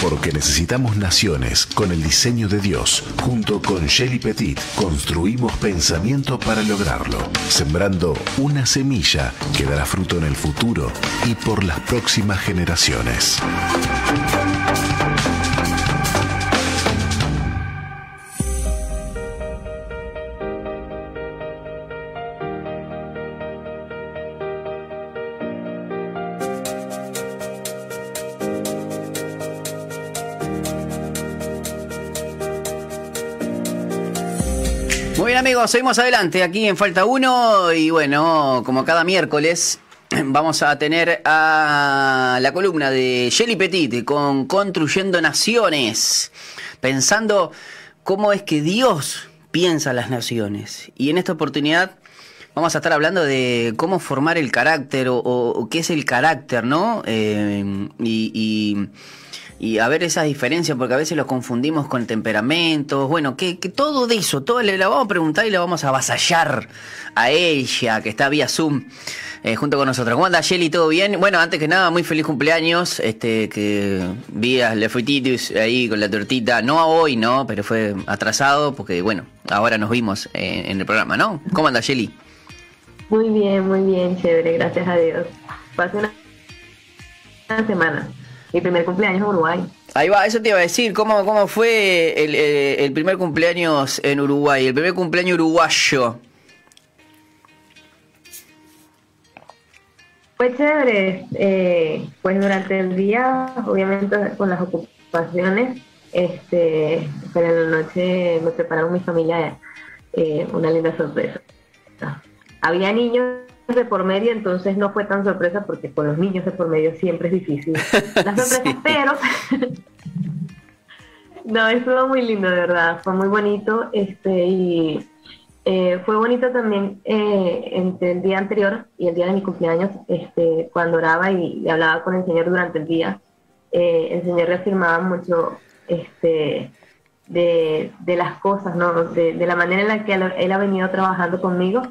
Porque necesitamos naciones con el diseño de Dios. Junto con Shelly Petit construimos pensamiento para lograrlo, sembrando una semilla que dará fruto en el futuro y por las próximas generaciones. Muy bien, amigos, seguimos adelante aquí en Falta Uno y bueno, como cada miércoles vamos a tener a la columna de Shelly Petit con Construyendo Naciones, pensando cómo es que Dios piensa las naciones. Y en esta oportunidad vamos a estar hablando de cómo formar el carácter o qué es el carácter, ¿no? Y a ver esas diferencias, porque a veces los confundimos con temperamentos. Bueno, que todo de eso, todo le vamos a preguntar y le vamos a avasallar a ella, que está vía Zoom, junto con nosotros. ¿Cómo anda, Shelly? ¿Todo bien? Bueno, antes que nada, muy feliz cumpleaños, que vi a Le Fruititus ahí con la tortita. No hoy, no, pero fue atrasado, porque bueno, ahora nos vimos en el programa, ¿no? ¿Cómo anda, Shelly? Muy bien, chévere, gracias a Dios. Pasé una semana. Mi primer cumpleaños en Uruguay. Ahí va, eso te iba a decir, ¿cómo fue el primer cumpleaños en Uruguay, el primer cumpleaños uruguayo? Fue chévere, pues durante el día, obviamente con las ocupaciones, pero en la noche me prepararon mi familia una linda sorpresa. Había niños de por medio, entonces no fue tan sorpresa porque con los niños de por medio siempre es difícil la sorpresa, sí. Pero no, estuvo muy lindo, de verdad, fue muy bonito, y fue bonito también entre el día anterior y el día de mi cumpleaños, cuando oraba y hablaba con el Señor durante el día, el Señor reafirmaba mucho de las cosas, ¿no? De la manera en la que Él ha venido trabajando conmigo.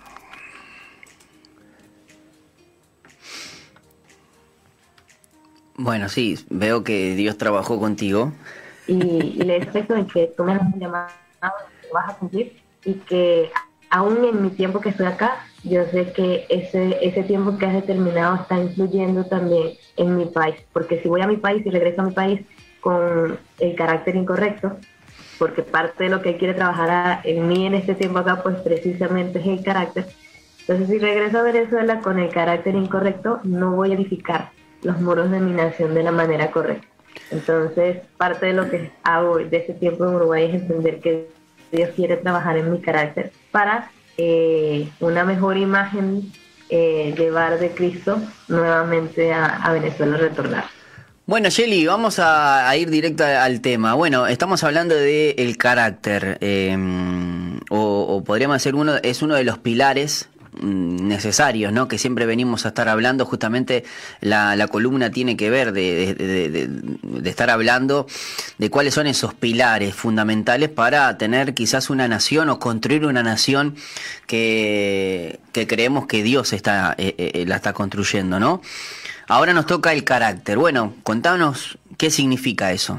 Bueno, sí, veo que Dios trabajó contigo. Y le expreso en que tú me has llamado, que vas a cumplir, y que aún en mi tiempo que estoy acá, yo sé que ese tiempo que has determinado está influyendo también en mi país, porque si voy a mi país y regreso a mi país con el carácter incorrecto, porque parte de lo que Él quiere trabajar en mí en este tiempo acá, pues precisamente es el carácter. Entonces, si regreso a Venezuela con el carácter incorrecto, no voy a edificar los muros de mi nación de la manera correcta. Entonces, parte de lo que hago de este tiempo en Uruguay es entender que Dios quiere trabajar en mi carácter para una mejor imagen, llevar de Cristo nuevamente a Venezuela, retornar. Bueno, Shelly, vamos a ir directo al tema. Bueno, estamos hablando de el carácter, o podríamos decir es uno de los pilares necesarios, ¿no? Que siempre venimos a estar hablando. Justamente la columna tiene que ver de estar hablando de cuáles son esos pilares fundamentales para tener quizás una nación o construir una nación que creemos que Dios la está construyendo, ¿no? Ahora nos toca el carácter. Bueno, contanos qué significa eso.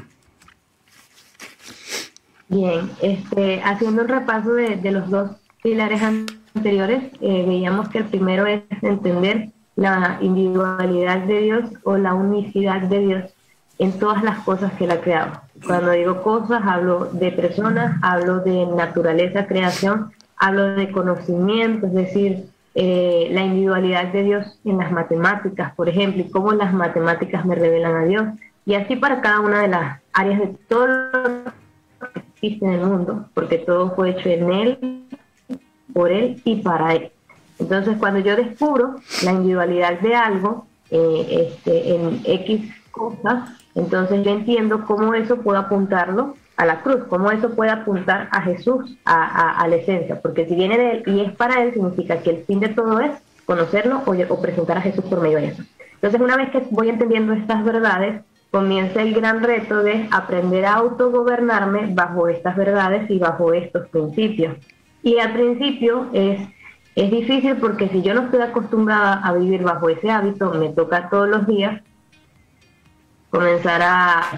Bien, haciendo un repaso de los dos pilares anteriores, veíamos que el primero es entender la individualidad de Dios o la unicidad de Dios en todas las cosas que Él ha creado. Cuando digo cosas, hablo de personas, hablo de naturaleza, creación, hablo de conocimiento, es decir, la individualidad de Dios en las matemáticas, por ejemplo, y cómo las matemáticas me revelan a Dios, y así para cada una de las áreas de todo lo que existe en el mundo, porque todo fue hecho en Él, por Él y para Él. Entonces, cuando yo descubro la individualidad de algo en X cosas, entonces yo entiendo cómo eso puede apuntarlo a la cruz, cómo eso puede apuntar a Jesús, a la esencia, porque si viene de Él y es para Él, significa que el fin de todo es conocerlo o presentar a Jesús por medio de eso. Entonces, una vez que voy entendiendo estas verdades, comienza el gran reto de aprender a autogobernarme bajo estas verdades y bajo estos principios. Y al principio es difícil porque si yo no estoy acostumbrada a vivir bajo ese hábito, me toca todos los días comenzar a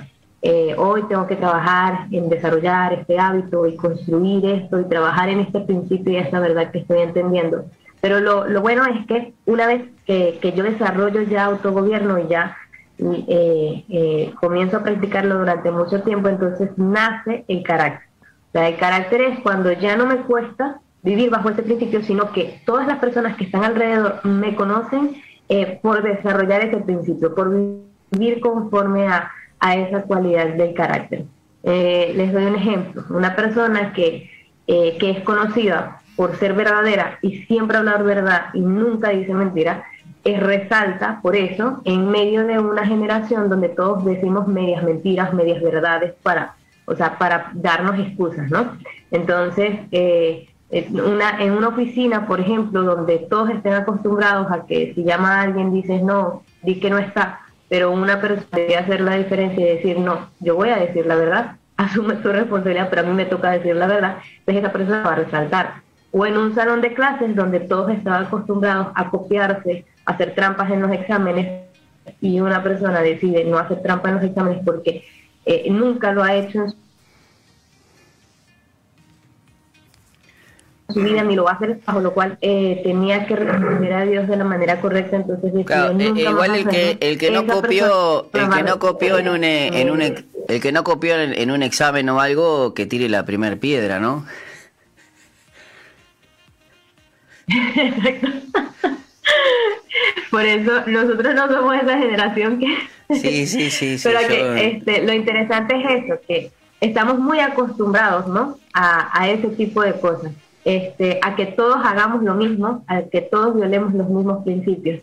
hoy tengo que trabajar en desarrollar este hábito y construir esto y trabajar en este principio y esta verdad que estoy entendiendo. Pero lo bueno es que una vez que yo desarrollo ya autogobierno y ya comienzo a practicarlo durante mucho tiempo, entonces nace el carácter. O sea, el carácter es cuando ya no me cuesta vivir bajo ese principio, sino que todas las personas que están alrededor me conocen por desarrollar ese principio, por vivir conforme a esa cualidad del carácter. Les doy un ejemplo. Una persona que es conocida por ser verdadera y siempre hablar verdad y nunca dice mentira, resalta por eso en medio de una generación donde todos decimos medias mentiras, medias verdades para darnos excusas, ¿no? Entonces, en una oficina, por ejemplo, donde todos estén acostumbrados a que si llama a alguien dices no, di que no está, pero una persona debe hacer la diferencia y decir no, yo voy a decir la verdad, asume su responsabilidad, pero a mí me toca decir la verdad, entonces esa persona va a resaltar. O en un salón de clases donde todos estaban acostumbrados a copiarse, a hacer trampas en los exámenes, y una persona decide no hacer trampas en los exámenes porque nunca lo ha hecho en su vida ni lo va a hacer, bajo lo cual tenía que responder a Dios de la manera correcta, entonces claro, igual el que no copió en un examen o algo, que tire la primera piedra, ¿no? Exacto. Por eso nosotros no somos esa generación que sí pero que lo interesante es eso, que estamos muy acostumbrados, ¿no? a ese tipo de cosas, a que todos hagamos lo mismo, a que todos violemos los mismos principios.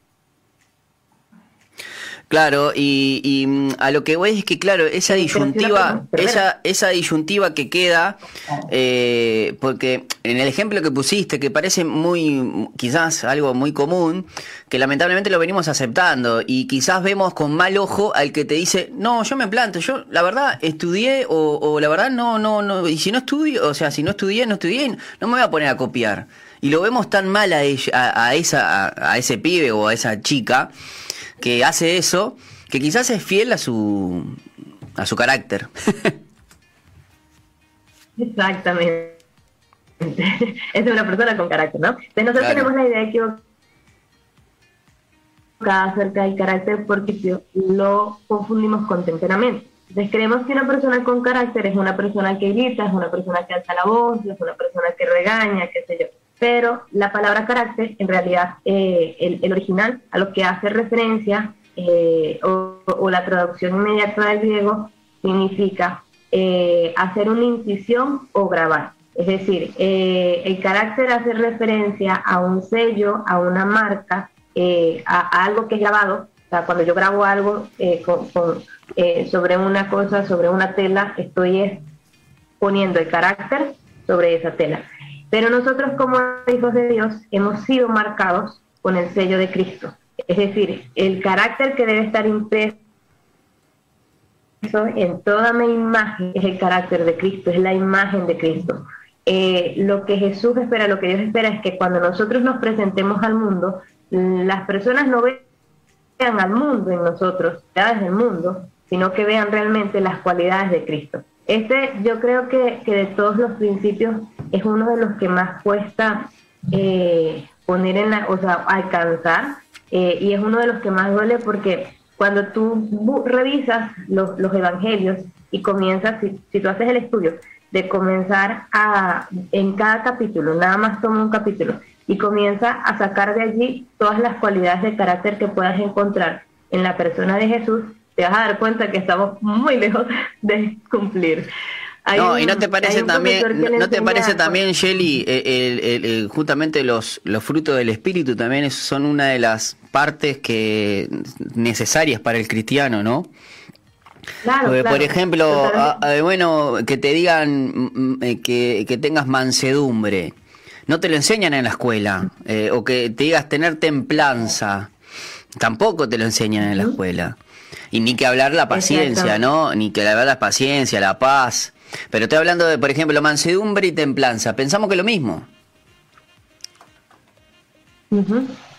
Claro, y a lo que voy es que, claro, esa disyuntiva que queda, porque en el ejemplo que pusiste, que parece muy, quizás algo muy común, que lamentablemente lo venimos aceptando, y quizás vemos con mal ojo al que te dice, no, yo me planto, yo la verdad estudié, o la verdad no, y si no estudio, o sea, si no estudié, no me voy a poner a copiar. Y lo vemos tan mal a ese pibe o a esa chica, que hace eso, que quizás es fiel a su carácter. Exactamente. Es una persona con carácter, ¿no? Entonces nosotros tenemos la idea equivocada acerca del carácter porque lo confundimos con temperamento. Entonces creemos que una persona con carácter es una persona que grita, es una persona que alza la voz, es una persona que regaña, qué sé yo. Pero la palabra carácter, en realidad, el original, a lo que hace referencia, o la traducción inmediata del griego, significa hacer una incisión o grabar. Es decir, el carácter hace referencia a un sello, a una marca, a algo que es grabado. O sea, cuando yo grabo algo sobre una cosa, sobre una tela, estoy poniendo el carácter sobre esa tela. Pero nosotros como hijos de Dios hemos sido marcados con el sello de Cristo. Es decir, el carácter que debe estar impreso en toda mi imagen es el carácter de Cristo, es la imagen de Cristo. Lo que Jesús espera, lo que Dios espera es que cuando nosotros nos presentemos al mundo, las personas no vean al mundo en nosotros, cualidades del mundo, sino que vean realmente las cualidades de Cristo. Yo creo que de todos los principios es uno de los que más cuesta poner alcanzar, y es uno de los que más duele porque cuando tú revisas los evangelios y comienzas, si tú haces el estudio de comenzar en cada capítulo, nada más toma un capítulo y comienza a sacar de allí todas las cualidades de carácter que puedas encontrar en la persona de Jesús, te vas a dar cuenta que estamos muy lejos de cumplir. ¿Y no te parece también, Shelly, justamente los frutos del Espíritu también son una de las partes necesarias para el cristiano, ¿no? Claro, porque, por ejemplo, que te digan que tengas mansedumbre, no te lo enseñan en la escuela, o que te digas tener templanza, tampoco te lo enseñan en la escuela. Y ni que hablar la paciencia, ¿no? Ni que hablar la paciencia, la paz. Pero estoy hablando de, por ejemplo, mansedumbre y templanza. Pensamos que es lo mismo.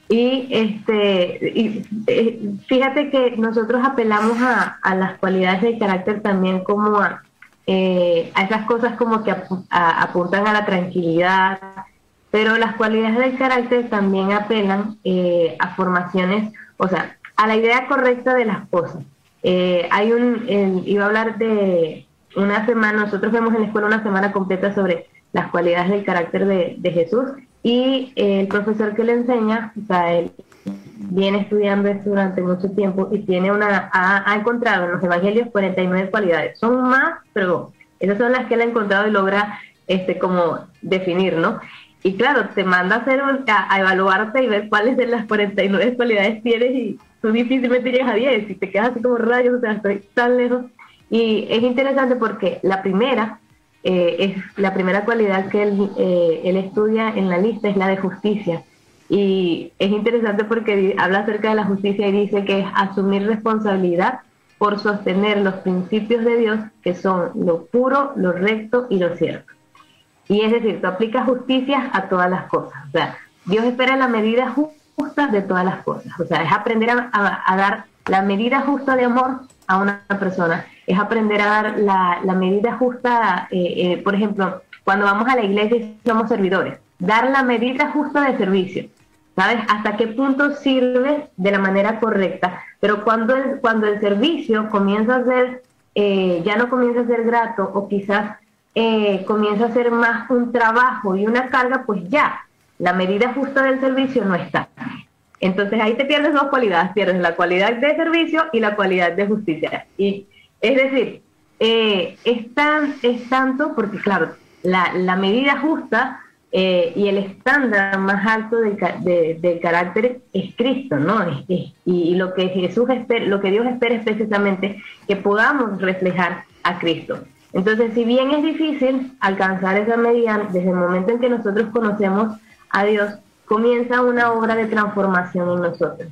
Fíjate que nosotros apelamos a las cualidades del carácter también como a esas cosas como que apuntan a la tranquilidad, pero las cualidades del carácter también apelan a formaciones, o sea, a la idea correcta de las cosas. Iba a hablar de una semana, nosotros vemos en la escuela una semana completa sobre las cualidades del carácter de Jesús, y el profesor que le enseña, o sea, él viene estudiando esto durante mucho tiempo y ha encontrado en los evangelios 49 cualidades. Son más, pero esas son las que él ha encontrado y logra como definir, ¿no? Y claro, te manda a evaluarte y ver cuáles de las 49 cualidades tienes, y tú difícilmente llegas a 10 y te quedas así como rayos, o sea, estoy tan lejos. Y es interesante porque la primera cualidad que él estudia en la lista es la de justicia. Y es interesante porque habla acerca de la justicia y dice que es asumir responsabilidad por sostener los principios de Dios, que son lo puro, lo recto y lo cierto. Y es decir, tú aplicas justicia a todas las cosas. O sea, Dios espera la medida justa de todas las cosas. O sea, es aprender a dar la medida justa de amor a una persona. Es aprender a dar la medida justa, por ejemplo, cuando vamos a la iglesia y somos servidores, dar la medida justa de servicio. ¿Sabes? Hasta qué punto sirve de la manera correcta. Pero cuando el servicio comienza a ser, ya no comienza a ser grato, o quizás comienza a ser más un trabajo y una carga, pues ya, la medida justa del servicio no está. Entonces ahí te pierdes dos cualidades, pierdes la cualidad de servicio y la cualidad de justicia. Y es decir, es tanto porque, claro, la medida justa y el estándar más alto del carácter es Cristo, ¿no? Y lo que lo que Dios espera es precisamente que podamos reflejar a Cristo. Entonces, si bien es difícil alcanzar esa medida, desde el momento en que nosotros conocemos a Dios, comienza una obra de transformación en nosotros.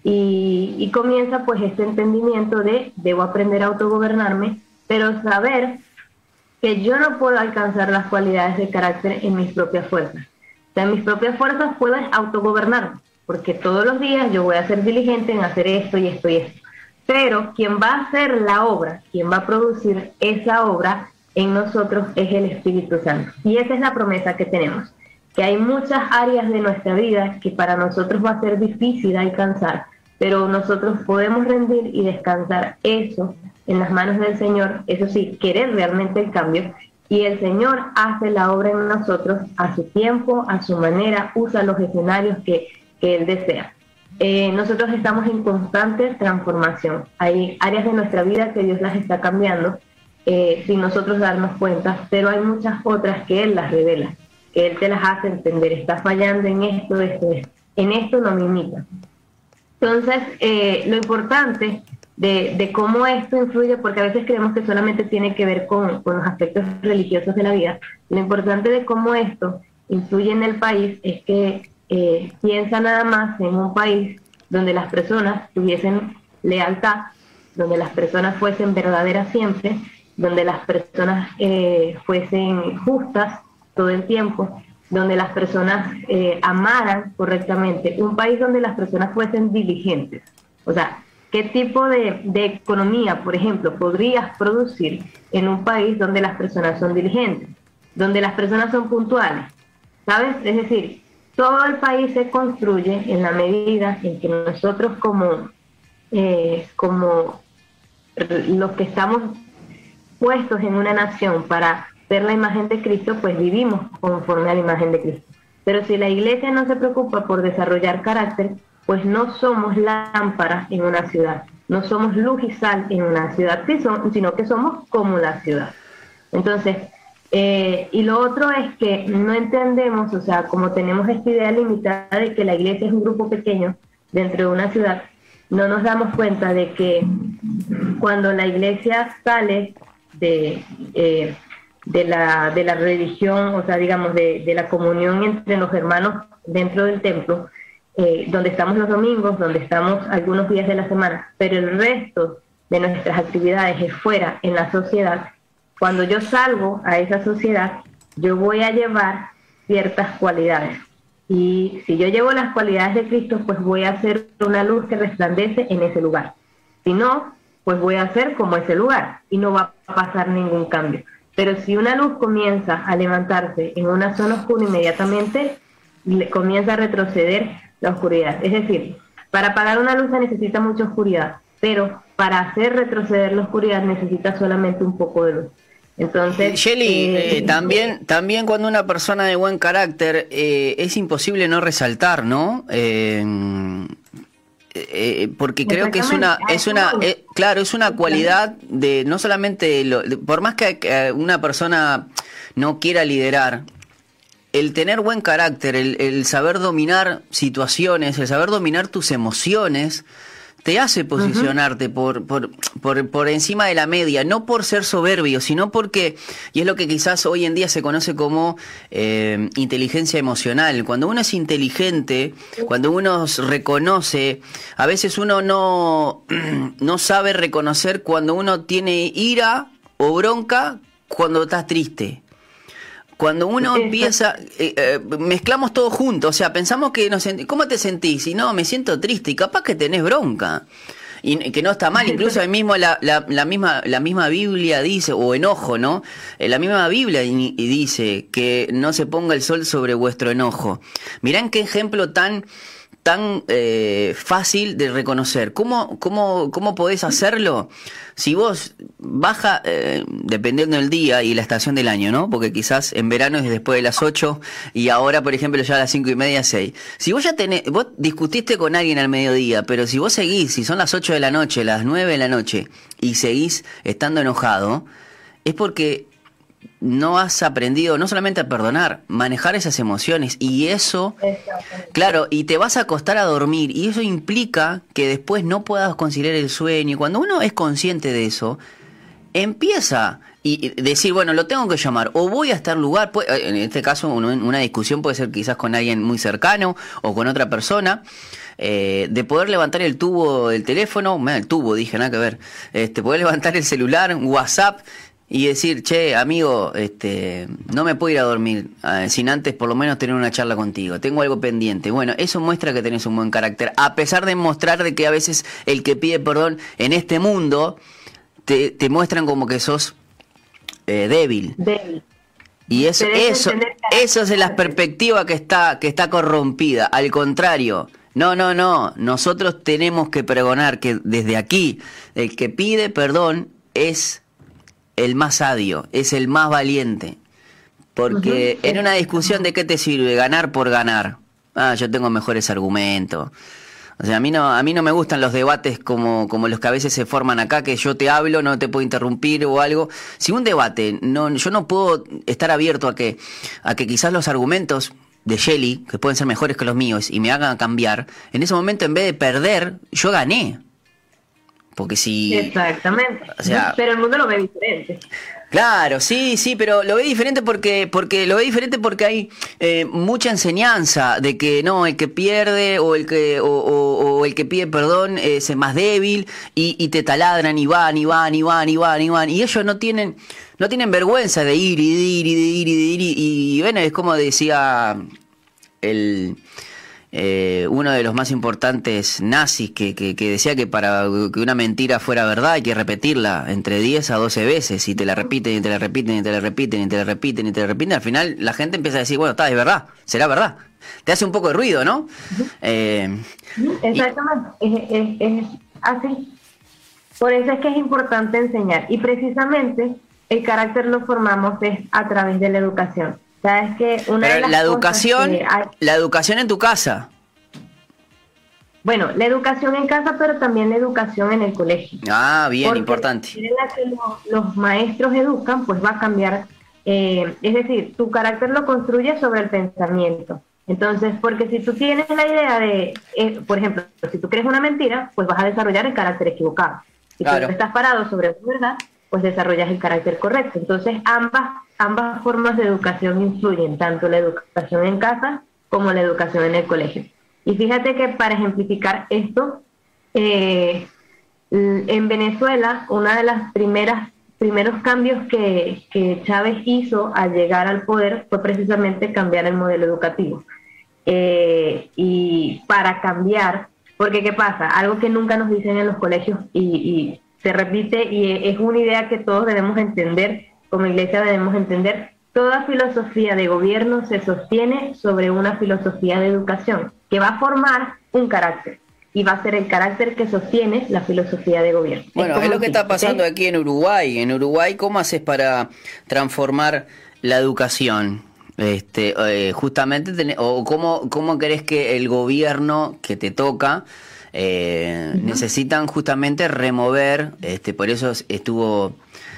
Y comienza pues este entendimiento de debo aprender a autogobernarme, pero saber que yo no puedo alcanzar las cualidades de carácter en mis propias fuerzas. O sea, en mis propias fuerzas puedo autogobernarme, porque todos los días yo voy a ser diligente en hacer esto y esto y esto. Pero quien va a hacer la obra, quien va a producir esa obra en nosotros es el Espíritu Santo. Y esa es la promesa que tenemos, que hay muchas áreas de nuestra vida que para nosotros va a ser difícil alcanzar, pero nosotros podemos rendir y descansar eso en las manos del Señor, eso sí, querer realmente el cambio, y el Señor hace la obra en nosotros a su tiempo, a su manera, usa los escenarios que Él desea. Nosotros estamos en constante transformación. Hay áreas de nuestra vida que Dios las está cambiando sin nosotros darnos cuenta, pero hay muchas otras que Él las revela, que Él te las hace entender. Estás fallando en esto, en esto no me imita. Entonces, lo importante de cómo esto influye, porque a veces creemos que solamente tiene que ver con los aspectos religiosos de la vida, lo importante de cómo esto influye en el país es que piensa nada más en un país donde las personas tuviesen lealtad, donde las personas fuesen verdaderas siempre, donde las personas fuesen justas todo el tiempo, donde las personas amaran correctamente, un país donde las personas fuesen diligentes. O sea, ¿qué tipo de economía, por ejemplo, podrías producir en un país donde las personas son diligentes, donde las personas son puntuales? ¿Sabes? Es decir, todo el país se construye en la medida en que nosotros como los que estamos puestos en una nación para ver la imagen de Cristo, pues vivimos conforme a la imagen de Cristo. Pero si la iglesia no se preocupa por desarrollar carácter, pues no somos lámpara en una ciudad, no somos luz y sal en una ciudad, sino que somos como la ciudad. Entonces, y lo otro es que no entendemos, o sea, como tenemos esta idea limitada de que la iglesia es un grupo pequeño dentro de una ciudad, no nos damos cuenta de que cuando la iglesia sale de la religión, o sea, digamos, de la comunión entre los hermanos dentro del templo, donde estamos los domingos, donde estamos algunos días de la semana, pero el resto de nuestras actividades es fuera, en la sociedad. Cuando yo salgo a esa sociedad, yo voy a llevar ciertas cualidades. Y si yo llevo las cualidades de Cristo, pues voy a ser una luz que resplandece en ese lugar. Si no, pues voy a ser como ese lugar y no va a pasar ningún cambio. Pero si una luz comienza a levantarse en una zona oscura, inmediatamente comienza a retroceder la oscuridad. Es decir, para apagar una luz se necesita mucha oscuridad, pero para hacer retroceder la oscuridad necesita solamente un poco de luz. Entonces, Shelly, también cuando una persona de buen carácter es imposible no resaltar, ¿no? Porque creo que claro, es una cualidad de no solamente por más que una persona no quiera liderar, el tener buen carácter, el saber dominar situaciones, el saber dominar tus emociones, te hace posicionarte por encima de la media, no por ser soberbio, sino porque, y es lo que quizás hoy en día se conoce como inteligencia emocional. Cuando uno es inteligente, cuando uno reconoce, a veces uno no sabe reconocer cuando uno tiene ira o bronca cuando estás triste. Cuando uno empieza, mezclamos todo junto, o sea, pensamos que ¿cómo te sentís? Y no, me siento triste, y capaz que tenés bronca, y que no está mal, incluso ahí mismo la misma Biblia dice, o enojo, ¿no? La misma Biblia y dice que no se ponga el sol sobre vuestro enojo. Mirá en qué ejemplo tan fácil de reconocer. ¿Cómo podés hacerlo? Si vos dependiendo del día y la estación del año, ¿no? Porque quizás en verano es después de las 8 y ahora, por ejemplo, ya a las 5:30, 6. Si vos vos discutiste con alguien al mediodía, pero si vos seguís, si son las 8 de la noche, las 9 de la noche y seguís estando enojado, es porque no has aprendido no solamente a perdonar, manejar esas emociones, y eso, claro, y te vas a acostar a dormir, y eso implica que después no puedas conciliar el sueño. Y cuando uno es consciente de eso, empieza y decir, bueno, lo tengo que llamar, o voy a estar lugar, en este caso una discusión puede ser quizás con alguien muy cercano o con otra persona, de poder levantar el tubo del teléfono, el tubo, dije, nada que ver, poder levantar el celular, WhatsApp, y decir, che, amigo, no me puedo ir a dormir sin antes por lo menos tener una charla contigo, tengo algo pendiente. Bueno, eso muestra que tenés un buen carácter, a pesar de mostrar de que a veces el que pide perdón en este mundo te muestran como que sos débil. Y eso es la perspectiva que está corrompida. Al contrario, no, nosotros tenemos que pregonar que desde aquí el que pide perdón es el más sabio, es el más valiente. Porque en una discusión, ¿de qué te sirve ganar por ganar? Yo tengo mejores argumentos. O sea, a mí no me gustan los debates como los que a veces se forman acá, que yo te hablo, no te puedo interrumpir o algo. Si un debate, yo no puedo estar abierto a que quizás los argumentos de Shelly, que pueden ser mejores que los míos, y me hagan cambiar, en ese momento en vez de perder, yo gané. Porque si... Exactamente. O sea, pero el mundo lo ve diferente. Claro, sí, pero lo ve diferente porque hay mucha enseñanza de que no, el que pierde o el que pide perdón es el más débil, y te taladran y van y ellos no tienen vergüenza de ir y bueno, es como decía uno de los más importantes nazis que decía que para que una mentira fuera verdad hay que repetirla entre 10 a 12 veces, y te la repiten y te la repiten y te la repiten y te la repiten y te la repiten. Al final la gente empieza a decir, bueno, es verdad, será verdad. Te hace un poco de ruido, ¿no? Exactamente, es así. Por eso es que es importante enseñar, y precisamente el carácter lo formamos es a través de la educación. Sabes que la educación en tu casa. Bueno, la educación en casa, pero también la educación en el colegio. Bien, porque importante. En la que los maestros educan, pues va a cambiar. Es decir, tu carácter lo construye sobre el pensamiento. Entonces, porque si tú tienes la idea de, por ejemplo, si tú crees una mentira, pues vas a desarrollar el carácter equivocado. Si tú estás parado sobre una verdad, pues desarrollas el carácter correcto. Entonces, ambas formas de educación influyen, tanto la educación en casa como la educación en el colegio. Y fíjate que para ejemplificar esto, en Venezuela, una de las primeros cambios que Chávez hizo al llegar al poder fue precisamente cambiar el modelo educativo. y para cambiar, porque ¿qué pasa? Algo que nunca nos dicen en los colegios y se repite y es una idea que todos debemos entender, como iglesia debemos entender, toda filosofía de gobierno se sostiene sobre una filosofía de educación que va a formar un carácter y va a ser el carácter que sostiene la filosofía de gobierno. Bueno, es lo que está pasando aquí en Uruguay. En Uruguay, ¿cómo haces para transformar la educación? Justamente, o cómo crees que el gobierno que te toca necesitan justamente remover, por eso estuvo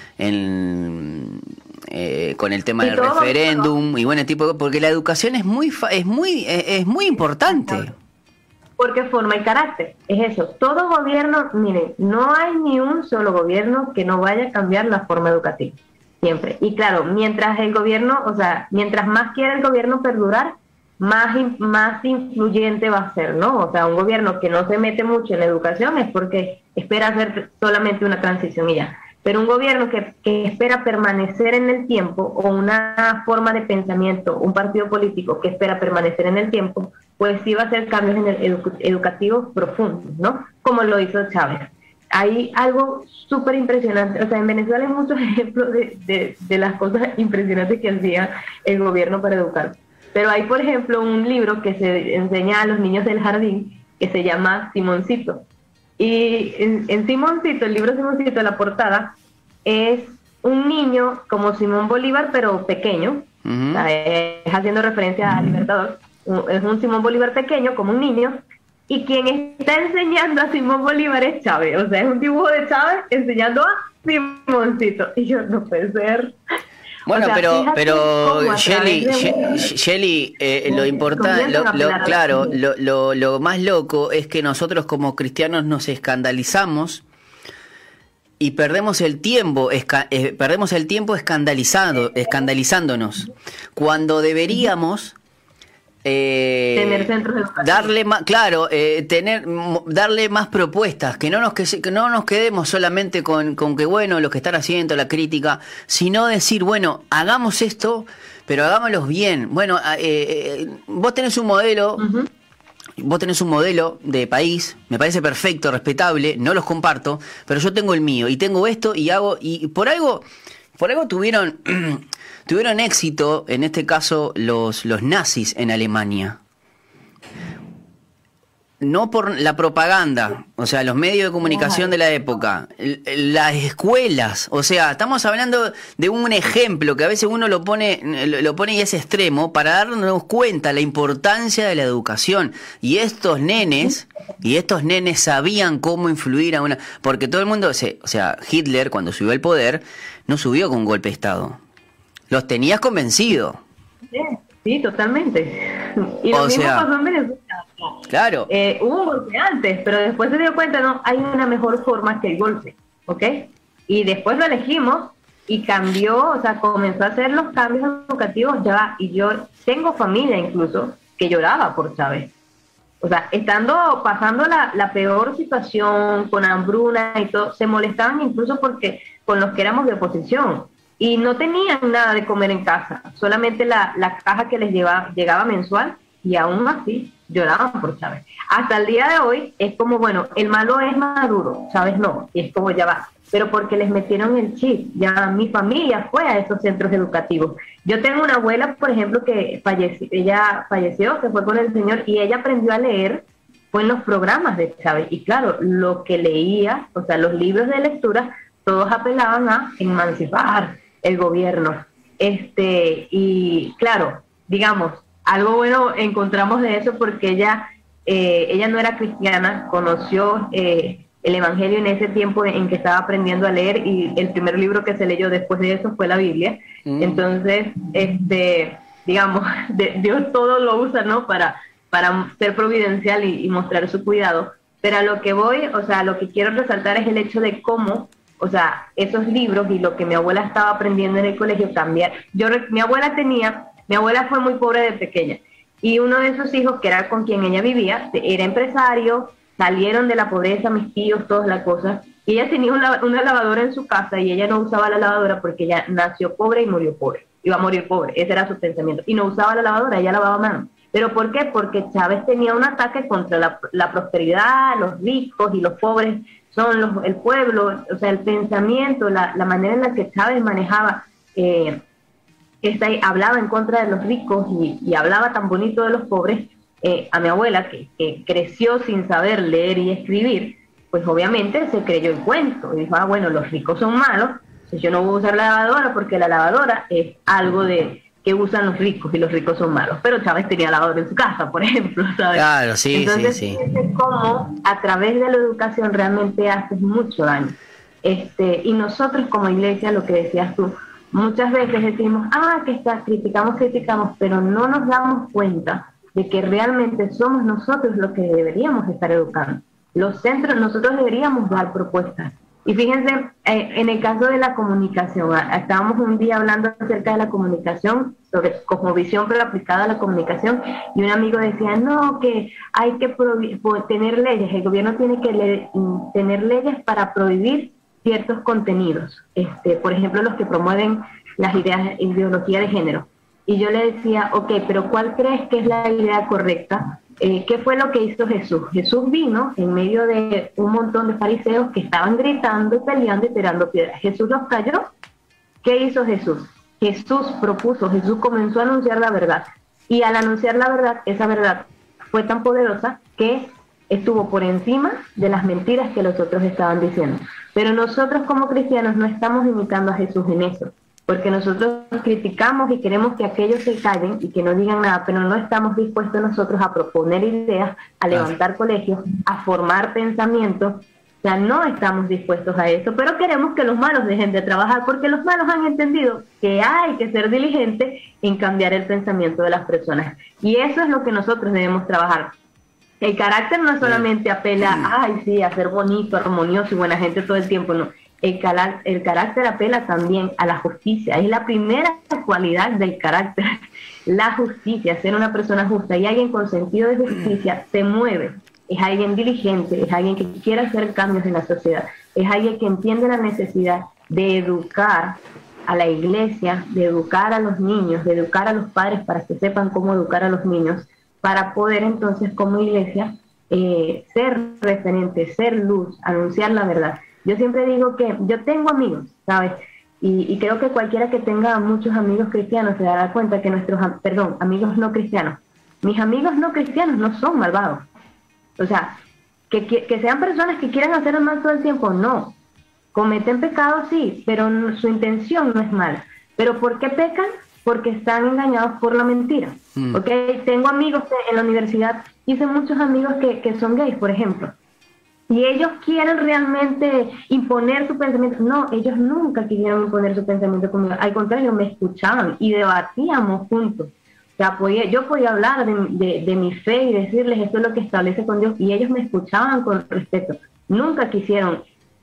con el tema del referéndum y bueno, porque la educación es muy importante. Porque forma el carácter, es eso. Todo gobierno, miren, no hay ni un solo gobierno que no vaya a cambiar la forma educativa, siempre. Y claro, mientras el gobierno, o sea, mientras más quiera el gobierno perdurar, más influyente va a ser, ¿no? O sea, un gobierno que no se mete mucho en la educación es porque espera hacer solamente una transición y ya. Pero un gobierno que espera permanecer en el tiempo, o una forma de pensamiento, un partido político que espera permanecer en el tiempo, pues sí va a hacer cambios educativos profundos, ¿no? Como lo hizo Chávez. Hay algo súper impresionante, o sea, en Venezuela hay muchos ejemplos de las cosas impresionantes que hacía el gobierno para educar. Pero hay, por ejemplo, un libro que se enseña a los niños del jardín que se llama Simoncito. Y en Simoncito, el libro Simoncito, la portada, es un niño como Simón Bolívar, pero pequeño, o sea, es haciendo referencia al Libertador, es un Simón Bolívar pequeño, como un niño, y quien está enseñando a Simón Bolívar es Chávez, o sea, es un dibujo de Chávez enseñando a Simoncito, y yo, no puede ser. Bueno, o sea, pero Shelly, lo importante, lo más loco es que nosotros como cristianos nos escandalizamos y perdemos el tiempo escandalizándonos, cuando deberíamos tener centros educativos. Darle más propuestas, que no nos quedemos solamente con que bueno, lo que están haciendo, la crítica, sino decir, bueno, hagamos esto, pero hagámoslo bien. Bueno, vos tenés un modelo, de país, me parece perfecto, respetable, no los comparto, pero yo tengo el mío y tengo esto y por algo tuvieron éxito, en este caso los nazis en Alemania. No por la propaganda, o sea, los medios de comunicación de la época, las escuelas, o sea, estamos hablando de un ejemplo que a veces uno lo pone y es extremo para darnos cuenta la importancia de la educación. Y estos nenes sabían cómo influir a una... Porque todo el mundo, o sea, Hitler cuando subió al poder, no subió con un golpe de Estado. Los tenías convencidos. Sí, totalmente. Y lo mismo pasó en Venezuela. Claro. Hubo un golpe antes, pero después se dio cuenta, no, hay una mejor forma que el golpe, ¿ok? Y después lo elegimos y cambió, o sea, comenzó a hacer los cambios educativos ya, y yo tengo familia incluso que lloraba por Chávez. O sea, pasando la peor situación, con hambruna y todo, se molestaban incluso porque con los que éramos de oposición. Y no tenían nada de comer en casa, solamente la caja que les llegaba mensual, y aún así lloraban por Chávez. Hasta el día de hoy es como, bueno, el malo es Maduro, Chávez no, y es como ya va, pero porque les metieron el chip, ya mi familia fue a esos centros educativos. Yo tengo una abuela, por ejemplo, que ella falleció, que fue con el Señor, y ella aprendió a leer, fue en los programas de Chávez, y claro, lo que leía, o sea, los libros de lectura, todos apelaban a emancipar el gobierno. Y claro, digamos, algo bueno encontramos de eso porque ella no era cristiana, conoció el Evangelio en ese tiempo en que estaba aprendiendo a leer, y el primer libro que se leyó después de eso fue la Biblia. Entonces, digamos, Dios todo lo usa, ¿no? Para ser providencial y mostrar su cuidado. Pero a lo que voy, o sea, lo que quiero resaltar es el hecho de cómo, o sea, esos libros y lo que mi abuela estaba aprendiendo en el colegio cambiar. Mi abuela fue muy pobre de pequeña, y uno de sus hijos, que era con quien ella vivía, era empresario, salieron de la pobreza, mis tíos, todas las cosas, y ella tenía una lavadora en su casa, y ella no usaba la lavadora porque ella nació pobre y murió pobre. iba a morir pobre, ese era su pensamiento, y no usaba la lavadora, ella lavaba a mano. ¿Pero por qué? Porque Chávez tenía un ataque contra la prosperidad, los ricos y los pobres son el pueblo, o sea, el pensamiento, la manera en la que Chávez manejaba, hablaba en contra de los ricos y hablaba tan bonito de los pobres. A mi abuela, que creció sin saber leer y escribir, pues obviamente se creyó el cuento y dijo, bueno, los ricos son malos, pues yo no voy a usar la lavadora porque la lavadora es algo que usan los ricos y los ricos son malos. Pero Chávez tenía lavadora en su casa, por ejemplo, ¿sabes? Claro, sí, entonces, sí. cómo a través de la educación realmente haces mucho daño. Y nosotros como iglesia, lo que decías tú, muchas veces decimos, criticamos, pero no nos damos cuenta de que realmente somos nosotros los que deberíamos estar educando. Los centros, nosotros deberíamos dar propuestas. Y fíjense, en el caso de la comunicación, estábamos un día hablando acerca de la comunicación, sobre cosmovisión pero aplicada a la comunicación, y un amigo decía, no, que hay que tener leyes, el gobierno tiene que tener leyes para prohibir ciertos contenidos, por ejemplo, los que promueven las ideologías de género. Y yo le decía, ok, pero ¿cuál crees que es la idea correcta? ¿Qué fue lo que hizo Jesús? Jesús vino en medio de un montón de fariseos que estaban gritando y peleando y tirando piedras. Jesús los calló. ¿Qué hizo Jesús? Jesús comenzó a anunciar la verdad. Y al anunciar la verdad, esa verdad fue tan poderosa que estuvo por encima de las mentiras que los otros estaban diciendo. Pero nosotros como cristianos no estamos imitando a Jesús en eso, porque nosotros criticamos y queremos que aquellos se callen y que no digan nada, pero no estamos dispuestos nosotros a proponer ideas, a levantar colegios, a formar pensamientos. O sea, no estamos dispuestos a eso, pero queremos que los malos dejen de trabajar, porque los malos han entendido que hay que ser diligente en cambiar el pensamiento de las personas. Y eso es lo que nosotros debemos trabajar. El carácter no solamente apela a ser bonito, armonioso y buena gente todo el tiempo, no. El carácter apela también a la justicia. Es la primera cualidad del carácter, la justicia, ser una persona justa. Y alguien con sentido de justicia se mueve. Es alguien diligente, es alguien que quiere hacer cambios en la sociedad. Es alguien que entiende la necesidad de educar a la iglesia, de educar a los niños, de educar a los padres para que sepan cómo educar a los niños, para poder entonces como iglesia ser referente, ser luz, anunciar la verdad. Yo siempre digo que yo tengo amigos, ¿sabes? Y creo que cualquiera que tenga muchos amigos cristianos se dará cuenta que amigos no cristianos. Mis amigos no cristianos no son malvados. O sea, que sean personas que quieran hacer el mal todo el tiempo, no. Cometen pecados, sí, pero su intención no es mala. ¿Pero por qué pecan? Porque están engañados por la mentira. ¿Okay? Tengo amigos en la universidad, hice muchos amigos que son gays, por ejemplo. Y ellos quieren realmente imponer su pensamiento. No, ellos nunca quisieron imponer su pensamiento conmigo. Al contrario, me escuchaban y debatíamos juntos. O sea, yo podía hablar de mi fe y decirles esto es lo que establece con Dios. Y ellos me escuchaban con respeto. Nunca quisieron,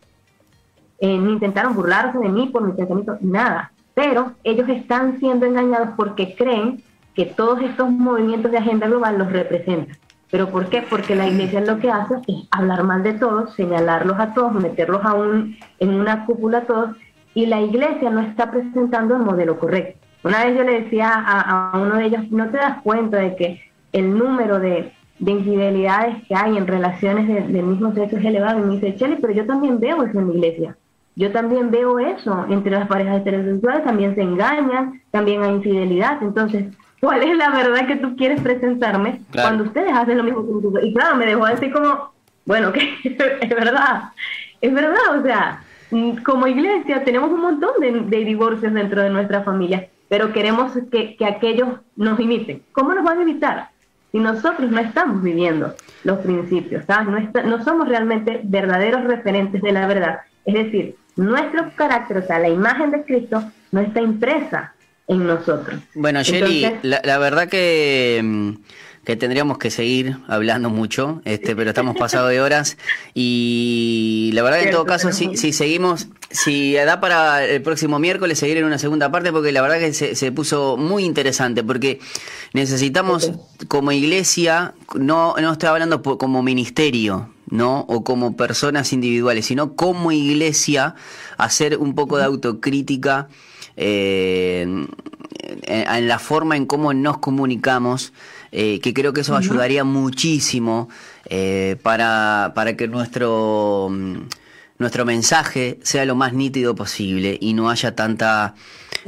ni intentaron burlarse de mí por mi pensamiento, nada. Pero ellos están siendo engañados porque creen que todos estos movimientos de agenda global los representan. ¿Pero por qué? Porque la iglesia lo que hace es hablar mal de todos, señalarlos a todos, meterlos en una cúpula a todos, y la iglesia no está presentando el modelo correcto. Una vez yo le decía a uno de ellos, ¿no te das cuenta de que el número de infidelidades que hay en relaciones del mismo sexo es elevado? Y me dice, Chely, pero yo también veo eso en mi iglesia. Yo también veo eso entre las parejas heterosexuales, también se engañan, también hay infidelidad. Entonces, ¿cuál es la verdad que tú quieres presentarme cuando ustedes hacen lo mismo que nosotros? Y claro, me dejó así como, bueno, que es verdad, o sea, como iglesia tenemos un montón de divorcios dentro de nuestra familia, pero queremos que aquellos nos imiten. ¿Cómo nos van a imitar si nosotros no estamos viviendo los principios? ¿Sabes? No somos realmente verdaderos referentes de la verdad. Es decir, nuestro carácter, o sea, la imagen de Cristo no está impresa en nosotros. Bueno, Chely, la verdad que tendríamos que seguir hablando mucho, pero estamos pasados de horas y la verdad que en todo caso si seguimos, si da para el próximo miércoles seguir en una segunda parte, porque la verdad que se puso muy interesante, porque necesitamos como iglesia, no estoy hablando como ministerio, ¿no? O como personas individuales, sino como iglesia hacer un poco de autocrítica en la forma en cómo nos comunicamos, que creo que eso ayudaría muchísimo para que nuestro mensaje sea lo más nítido posible y no haya tanta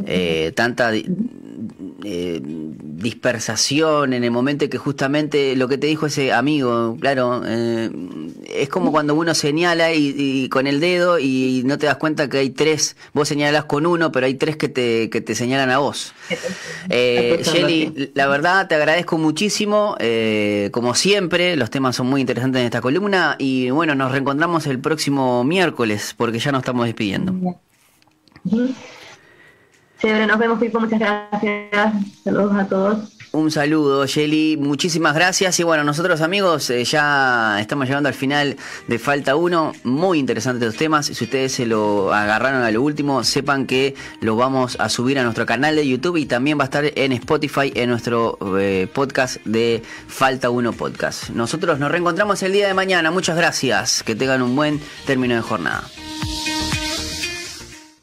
dispersación en el momento en que justamente lo que te dijo ese amigo, claro, es como cuando uno señala y con el dedo y no te das cuenta que hay tres, vos señalás con uno, pero hay tres que te señalan a vos. Shelly, la verdad te agradezco muchísimo, como siempre, los temas son muy interesantes en esta columna y bueno, nos reencontramos el próximo miércoles porque ya nos estamos despidiendo. Chévere, nos vemos, Pipo, muchas gracias. Saludos a todos. Un saludo, Shelly, muchísimas gracias. Y bueno, nosotros amigos ya estamos llegando al final de Falta Uno. Muy interesantes los temas. Si ustedes se lo agarraron a lo último, sepan que lo vamos a subir a nuestro canal de YouTube y también va a estar en Spotify en nuestro podcast de Falta Uno Podcast. Nosotros nos reencontramos el día de mañana. Muchas gracias. Que tengan un buen término de jornada.